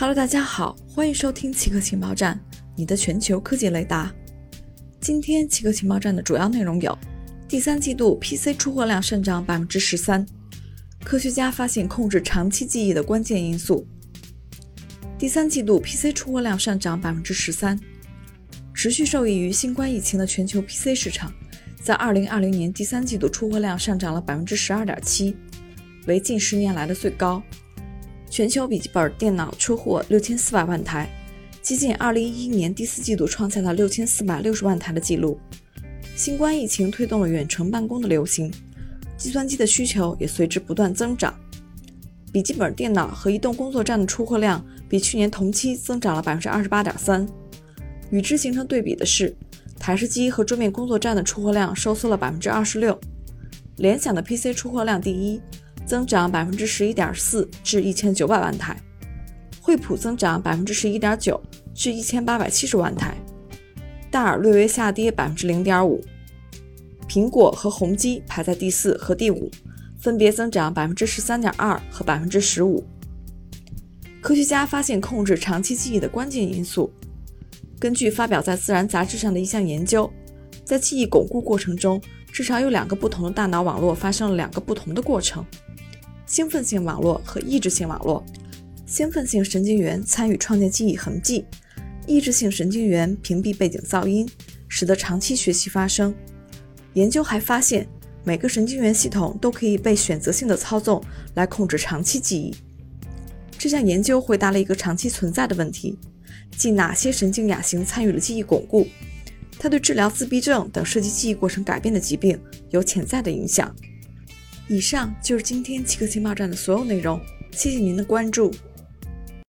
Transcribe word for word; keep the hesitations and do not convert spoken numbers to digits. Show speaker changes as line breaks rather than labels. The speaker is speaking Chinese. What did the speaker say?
Hello， 大家好，欢迎收听奇客情报站，你的全球科技雷达。今天奇客情报站的主要内容有：第三季度 P C 出货量上涨 百分之十三， 科学家发现控制长期记忆的关键因素。第三季度 P C 出货量上涨 百分之十三， 持续受益于新冠疫情的全球 P C 市场，在二零二零年第三季度出货量上涨了 百分之十二点七， 为近十年来的最高。全球笔记本电脑出货六千四百万台，接近二零一一年第四季度创下了六千四百六十万台的记录。新冠疫情推动了远程办公的流行，计算机的需求也随之不断增长。笔记本电脑和移动工作站的出货量比去年同期增长了 百分之二十八点三。 与之形成对比的是，台式机和桌面工作站的出货量收缩了 百分之二十六。 联想的 P C 出货量第一，增长 百分之十一点四 至一千九百万台，惠普增长 百分之十一点九 至一千八百七十万台，戴尔略微下跌 百分之零点五， 苹果和宏基排在第四和第五，分别增长 百分之十三点二 和 百分之十五。 科学家发现控制长期记忆的关键因素。根据发表在《自然》杂志上的一项研究，在记忆巩固过程中，至少有两个不同的大脑网络发生了两个不同的过程：兴奋性网络和抑制性网络。兴奋性神经元参与创建记忆痕迹，抑制性神经元屏蔽背景噪音，使得长期学习发生。研究还发现，每个神经元系统都可以被选择性的操纵来控制长期记忆。这项研究回答了一个长期存在的问题，即哪些神经亚型参与了记忆巩固，它对治疗自闭症等涉及记忆过程改变的疾病有潜在的影响。以上就是今天奇客情报站的所有内容，谢谢您的关注。